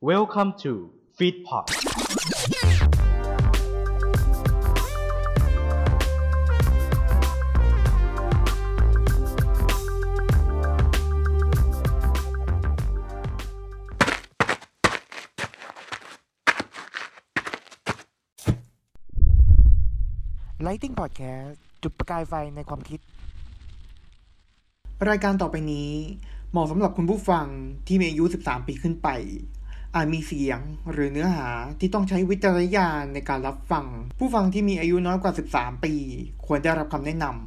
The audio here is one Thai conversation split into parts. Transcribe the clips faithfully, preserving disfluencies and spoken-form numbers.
Welcome to Feedpot ไลท์ติ้งพอดแคสต์จุดประกายไฟในความคิดรายการต่อไปนี้เหมาะสำหรับคุณผู้ฟังที่มีอายุสิบสามปีขึ้นไปอาจมีเสียงหรือเนื้อหาที่ต้องใช้วิจารณญาณในการรับฟังผู้ฟังที่มีอายุน้อยกว่าสิบสามปีควรได้รับคำแนะนำ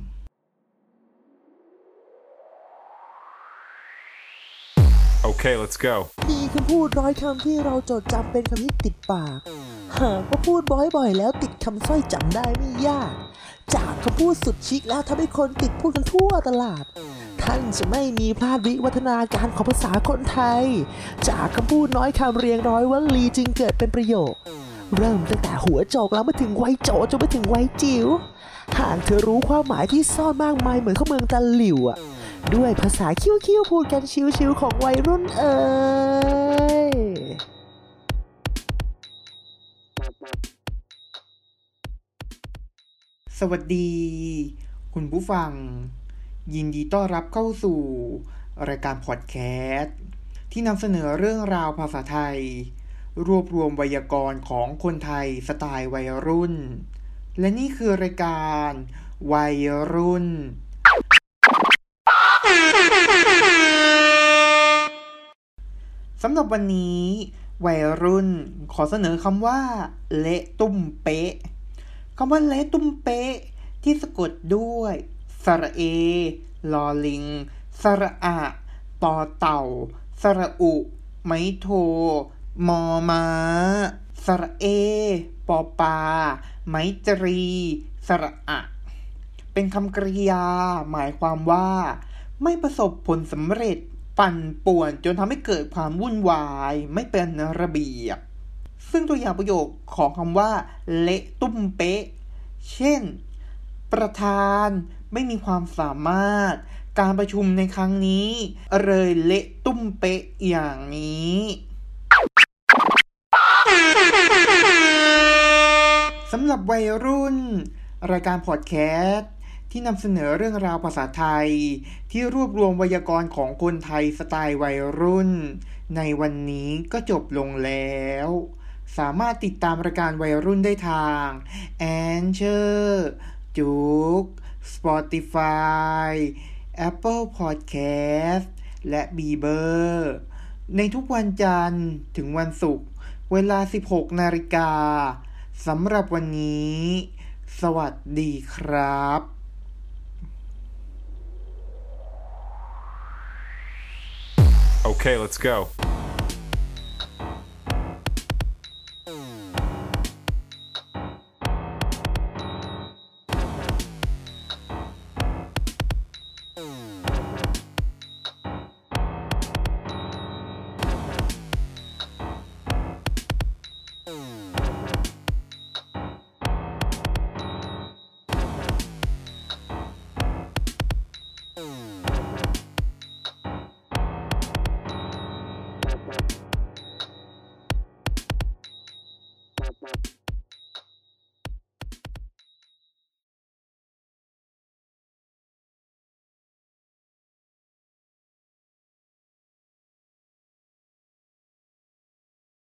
Okay, let's go. มีคำพูดร้อยคำที่เราจดจำเป็นคำที่ติดปากหากว่าพูดบ่อยๆแล้วติดคำสร้อยจำได้ไม่ยากจากคำพูดสุดชิคแล้วทำให้คนติดพูดกันทั่วตลาดท่านจะไม่มีพลาดวิวัฒนาการของภาษาคนไทยจากคำพูดน้อยคำเรียงร้อยวลีจึงเกิดเป็นประโยคเริ่มตั้งแต่หัวโจกแล้วมาถึงวัยโจจนไปถึงวัยจิ๋วหากเธอรู้ความหมายที่ซ่อนมากมายเหมือนข้าวเมืองตะหลิวอะด้วยภาษาคิ้วๆพูดกันชิวๆของวัยรุ่นเอ่ยสวัสดีคุณผู้ฟังยินดีต้อนรับเข้าสู่รายการพอดแคสต์ที่นำเสนอเรื่องราวภาษาไทยรวบรวมไวยากรณ์ของคนไทยสไตล์วัยรุ่นและนี่คือรายการวัยรุ่นสำหรับวันนี้วัยรุ่นขอเสนอคำว่าเละตุ้มเป๊ะคำว่าเละตุ้มเป๊ะที่สะกดด้วยสระเอลอลิงสระอะตอเต่าสระอุไม้โทมอม้าสระเอปอปาไม้จรีสระอะเป็นคำกริยาหมายความว่าไม่ประสบผลสำเร็จปั่นป่วนจนทำให้เกิดความวุ่นวายไม่เป็นระเบียบซึ่งตัวอย่างประโยคของคำว่าเละตุ้มเป๊ะเช่นประธานไม่มีความสามารถการประชุมในครั้งนี้เลยเละตุ้มเป๊ะอย่างนี้สำหรับวัยรุ่นรายการพอดแคสต์ที่นำเสนอเรื่องราวภาษาไทยที่รวบรวมไวยากรณ์ของคนไทยสไตล์วัยรุ่นในวันนี้ก็จบลงแล้วสามารถติดตามรายการวัยรุ่นได้ทาง Anchor จุก Spotify Apple Podcast และ Bieber ในทุกวันจันทร์ถึงวันศุกร์เวลา สิบหกนาฬิกา สำหรับวันนี้สวัสดีครับ Okay, let's go.